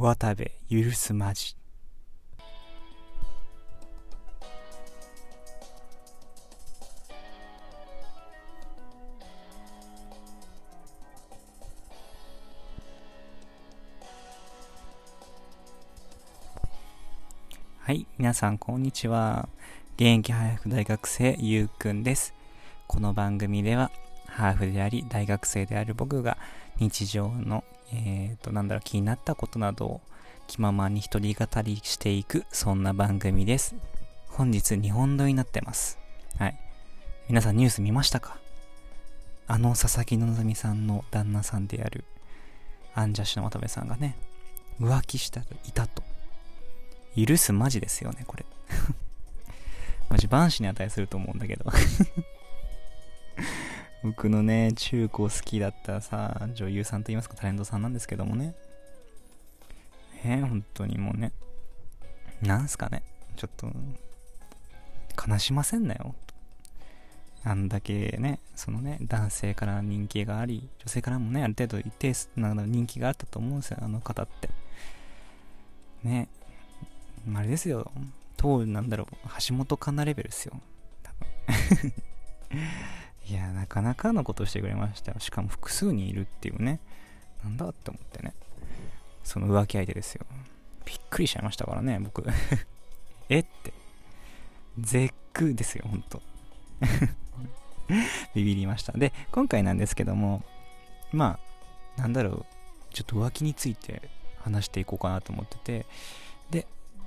渡部許すまじ。はい、皆さんこんにちは。現役ハーフ大学生ゆうくんです。この番組ではハーフであり大学生である僕が日常の気になったことなどを気ままに一人語りしていく、そんな番組です。本日日本撮りになってます。はい。皆さんニュース見ましたか？佐々木希さんの旦那さんであるアンジャッシュの渡部さんがね、浮気していたと。許すマジですよね、これ。マジ万死に値すると思うんだけど。僕のね、中高好きだったさ、女優さんと言いますか、タレントさんなんですけどもね。本当にもうね、なんすかね、ちょっと、悲しませんなよ。あんだけね、そのね、男性から人気があり、女性からもね、ある程度一定な人気があったと思うんですよ、あの方って。ね。あれですよ、橋本環奈レベルですよ、多分。いや、なかなかのことしてくれましたよ。しかも複数人いるっていうね、なんだって思ってね、その浮気相手ですよ。びっくりしちゃいましたからね、僕。って絶句ですよ、ほんと。ビビりました。で、今回なんですけども、ちょっと浮気について話していこうかなと思ってて、で、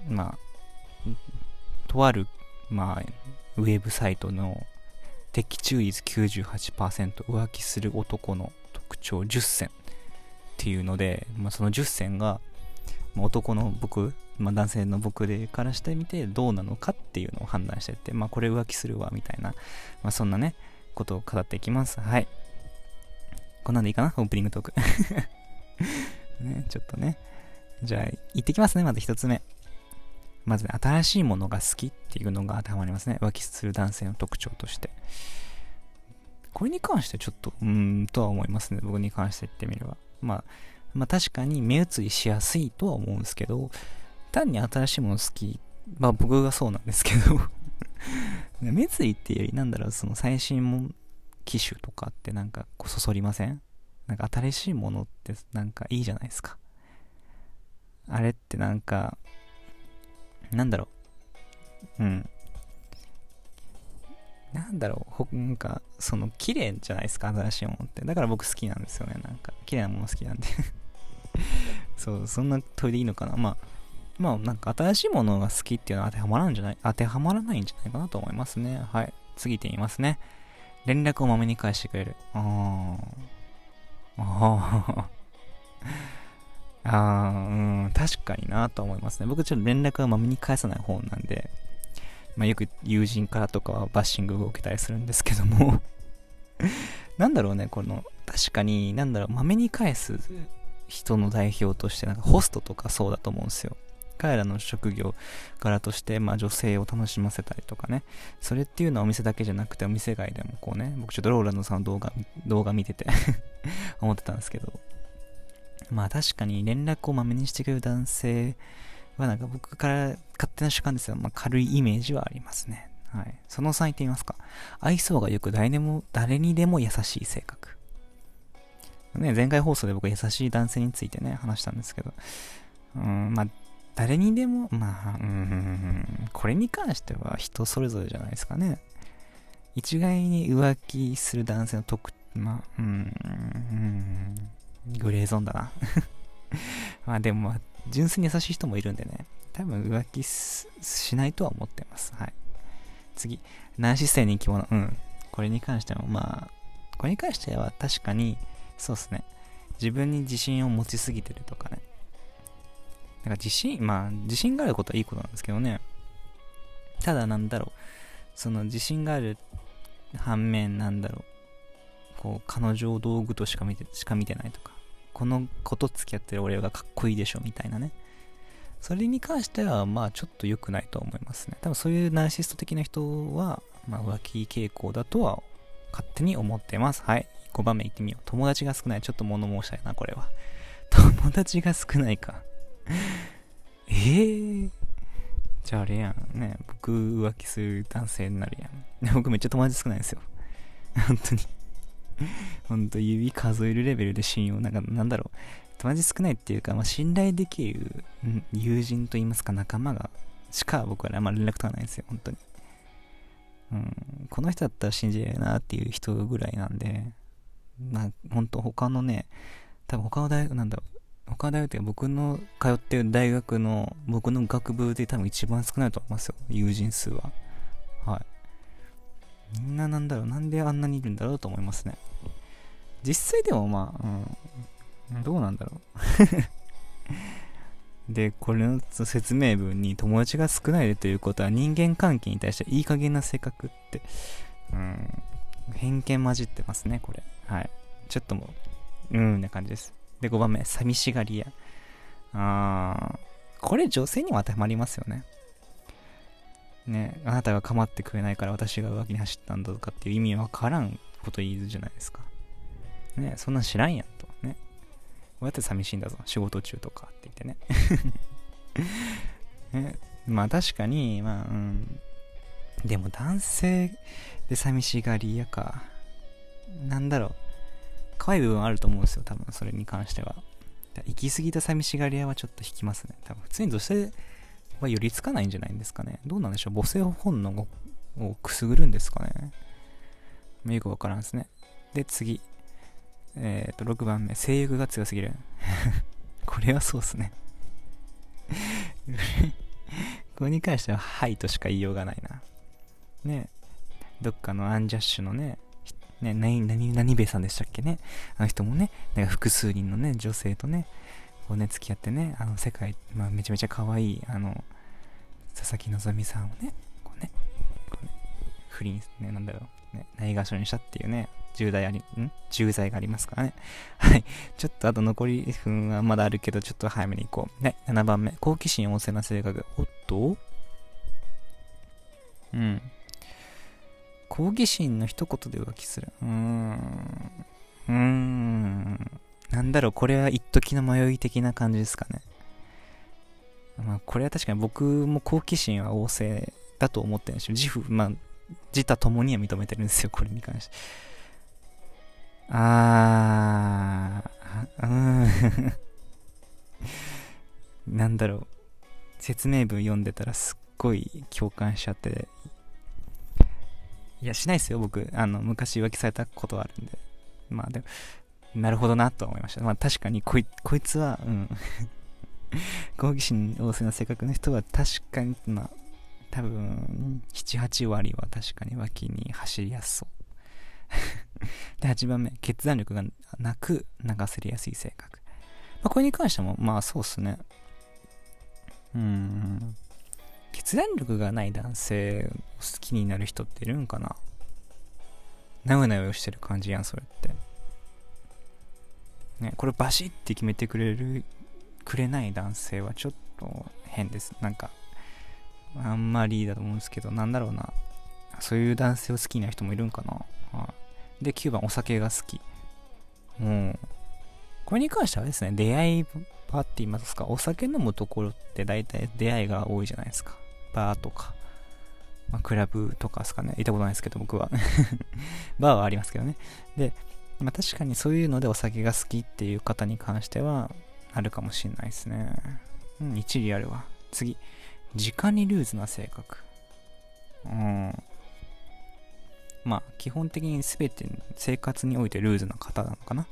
とある、ウェブサイトの的中率 98% 浮気する男の特徴10選っていうので、その10選が男の僕、男性の僕でからしてみてどうなのかっていうのを判断してって、これ浮気するわみたいな、そんなねことを語っていきます。はい、こんなんでいいかな、オープニングトーク。ね、ちょっとね、じゃあ行ってきますね。まず一つ目、まずね、新しいものが好きっていうのが当てはまりますね。浮気する男性の特徴として。これに関してちょっととは思いますね。僕に関して言ってみれば、確かに目移りしやすいとは思うんですけど、単に新しいもの好き、僕がそうなんですけど、目移りっていうよりその最新も機種とかってそそりません？新しいものっていいじゃないですか。あれってその綺麗じゃないですか、新しいものって。だから僕好きなんですよね。綺麗なもの好きなんで。そう、そんな問いでいいのかな。新しいものが好きっていうのは当てはまらないんじゃないかなと思いますね。はい。次行ってみますね。連絡をまめに返してくれる。確かになと思いますね。僕ちょっと連絡はまめに返さない方なんで、よく友人からとかはバッシングを受けたりするんですけども、確かにまめに返す人の代表としてホストとかそうだと思うんですよ。彼らの職業柄として、女性を楽しませたりとかね、それっていうのはお店だけじゃなくてお店外でも僕ちょっとローランドさんの動画見てて思ってたんですけど、確かに連絡をまめにしてくれる男性は僕から勝手な主観ですよ。軽いイメージはありますね。はい。その3言ってみますか。愛想がよく誰にでも優しい性格。ね、前回放送で僕優しい男性についてね、話したんですけど。誰にでも、これに関しては人それぞれじゃないですかね。一概に浮気する男性のグレーゾーンだな。でも純粋に優しい人もいるんでね、多分浮気 しないとは思ってます。はい。次、ナーシスト人気者。これに関してもこれに関しては確かにそうですね。自分に自信を持ちすぎてるとかね。自信があることはいいことなんですけどね。ただその自信がある反面彼女を道具としか見てないとか、この子と付き合ってる俺がかっこいいでしょみたいなね。それに関してはちょっと良くないと思いますね。多分そういうナルシスト的な人は浮気傾向だとは勝手に思ってます。はい。5番目いってみよう。友達が少ない。ちょっと物申したいな、これは。友達が少ないか。 じゃああれやん。ね、僕浮気する男性になるやん。僕めっちゃ友達少ないんですよ。本当に。本当指数えるレベルで信用、なんだろう。友達少ないっていうか、まあ、信頼できる友人といいますか仲間がしか僕はあんま連絡とかないんですよ、本当に。この人だったら信じれるなっていう人ぐらいなんで、本当他のね、多分他の大学なんだろう。他の大学って僕の通ってる大学の僕の学部で多分一番少ないと思いますよ、友人数は。はい。みんななんだろう、なんであんなにいるんだろうと思いますね。実際でもまあ、どうなんだろう。で、これの説明文に友達が少ないということは人間関係に対していい加減な性格って、偏見混じってますね、これ。はい。ちょっともう、な感じです。で、5番目、寂しがり屋。これ女性にも当てはまりますよね。ね、あなたが構ってくれないから私が浮気に走ったんだとかっていう意味わからんこと言うじゃないですか。ね、そんなん知らんやんと。ね。こうやって寂しいんだぞ、仕事中とかって言ってね。ね、まあ確かに、でも男性で寂しがり屋か。なんだろう。可愛い部分あると思うんですよ、多分それに関しては。行き過ぎた寂しがり屋はちょっと引きますね。多分普通に女性は寄りつかないんじゃないんですかね。どうなんでしょう、母性本能をくすぐるんですかね。よくわからんですね。で、次。6番目、性欲が強すぎる。これはそうっすね。これに関しては、はいとしか言いようがないな。ね、どっかのアンジャッシュのね、何べさんでしたっけね。あの人もね、なんか複数人のね、女性とね、こうね、付き合ってね、世界、めちゃめちゃ可愛い、佐々木希さんをね、こうね、不倫、ね、なんだろう、ね、ないがしろにしたっていうね、重罪がありますからね。はい。ちょっとあと残り分はまだあるけど、ちょっと早めに行こう。ね、7番目、好奇心旺盛な性格。おっと好奇心の一言で浮気する。なんだろう、これは一時の迷い的な感じですかね。まあ、これは確かに僕も好奇心は旺盛だと思ってるんですよ。自他ともには認めてるんですよ、これに関して。なんだろう。説明文読んでたらすっごい共感しちゃって。いや、しないですよ、僕。昔浮気されたことあるんで。まあでも、なるほどなと思いました。まあ確かにこいつは、好奇心旺盛な性格の人は確かに、多分、7、8割は確かに脇に走りやすそう。で、8番目、決断力がなく流せれやすい性格。これに関しても、そうっすね。決断力がない男性を好きになる人っているんかな。なよなよしてる感じやん、それって。ね、これバシッて決めてくれない男性はちょっと変です。なんか、あんまりだと思うんですけど、なんだろうな。そういう男性を好きな人もいるんかな。で、9番、お酒が好き。これに関してはですね、出会い場って言いますか、お酒飲むところって大体出会いが多いじゃないですか。バーとか、クラブとかですかね。行ったことないですけど、僕は。バーはありますけどね。で、確かにそういうのでお酒が好きっていう方に関しては、あるかもしれないですね。一理あるわ。次。時間にルーズな性格。基本的に全て生活においてルーズな方なのかな。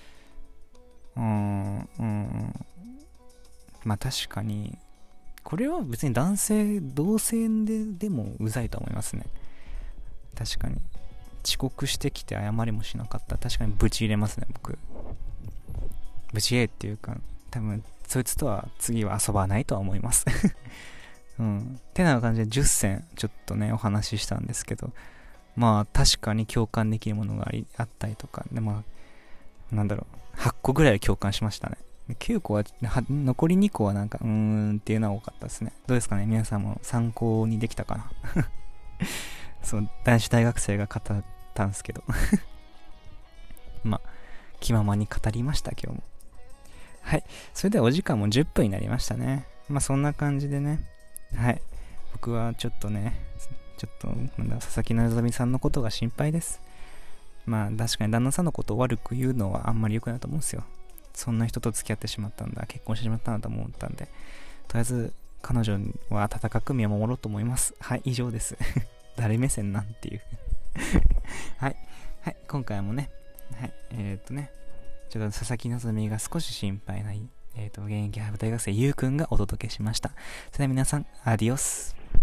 確かに、これは別に同性でもうざいと思いますね。確かに。遅刻してきて謝りもしなかったら確かにブチ入れますね、僕。ブチ入れっていうか、多分、そいつとは次は遊ばないとは思います。てな感じで10選ちょっとね、お話ししたんですけど、確かに共感できるものがあったりとか、でなんだろう、8個ぐらい共感しましたね。9個は、残り2個はなんか、っていうのは多かったですね。どうですかね、皆さんも参考にできたかな。そう、男子大学生が語ったんですけど。気ままに語りました、今日も。 はい。それではお時間も10分になりましたね。まあそんな感じでね。はい。僕はちょっと佐々木希さんのことが心配です。まあ確かに旦那さんのことを悪く言うのはあんまり良くないと思うんですよ。そんな人と付き合ってしまったんだ、結婚してしまったんだと思ったんで、とりあえず彼女は温かく見守ろうと思います。はい、以上です。誰目線なんていうはい。はい、今回もね、はい、ちょっと佐々木希が少し心配な、現役ハーフ大学生ゆうくんがお届けしました。それでは皆さん、アディオス。